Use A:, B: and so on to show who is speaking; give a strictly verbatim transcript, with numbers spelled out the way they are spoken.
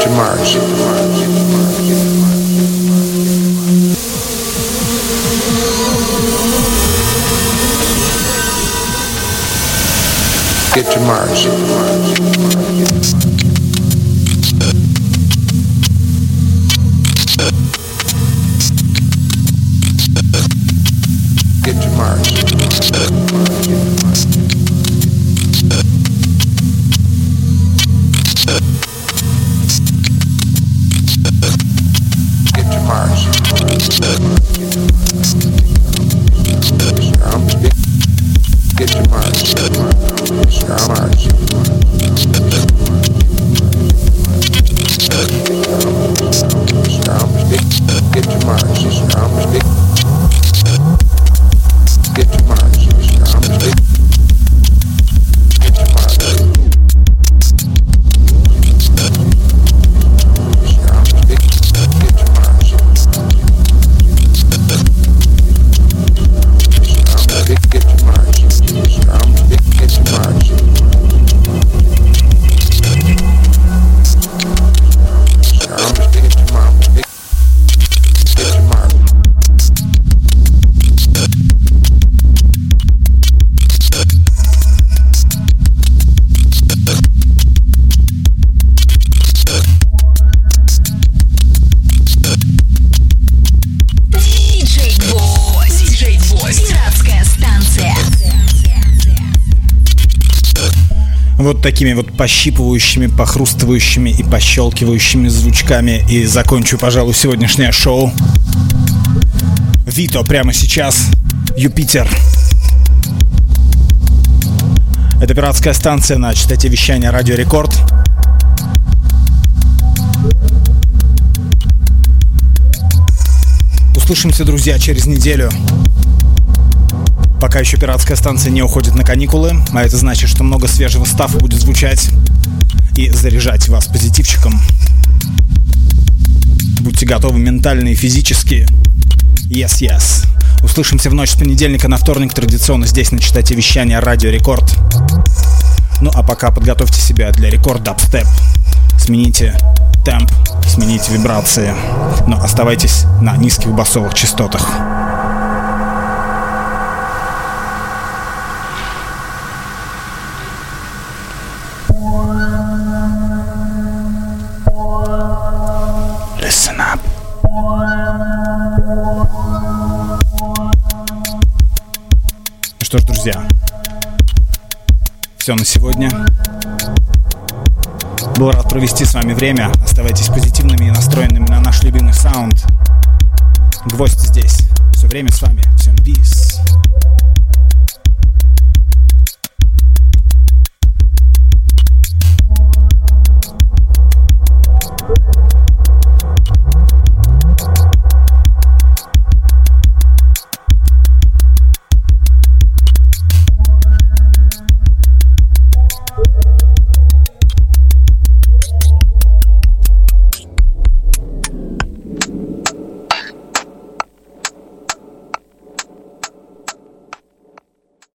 A: your march. Get your march. Get your march. Get your march. Get your march. Strong march. Strong stick. Get your march. Strong stick. Get your march. Strong stick. Get your march. Strong stick. Get your march. Strong stick. Get your march. Strong stick. Get your march. Strong stick. Get your march. Get your march.
B: Вот такими вот пощипывающими, похрустывающими и пощелкивающими звучками и закончу, пожалуй, сегодняшнее шоу. Вито прямо сейчас. Юпитер. Это пиратская станция на частоте вещания Радио Рекорд. Услышимся, друзья, через неделю. Пока еще пиратская станция не уходит на каникулы, а это значит, что много свежего стафа будет звучать и заряжать вас позитивчиком. Будьте готовы ментально и физически. Yes, yes. Услышимся в ночь с понедельника на вторник традиционно здесь на частоте вещания Радио Рекорд. Ну а пока подготовьте себя для рекорд дабстеп. Смените темп, смените вибрации, но оставайтесь на низких басовых частотах. Listen up. Ну что ж, друзья, все на сегодня. Был рад провести с вами время. Оставайтесь позитивными и настроенными на наш любимый саунд. Гвоздь здесь. Все время с вами. Всем peace.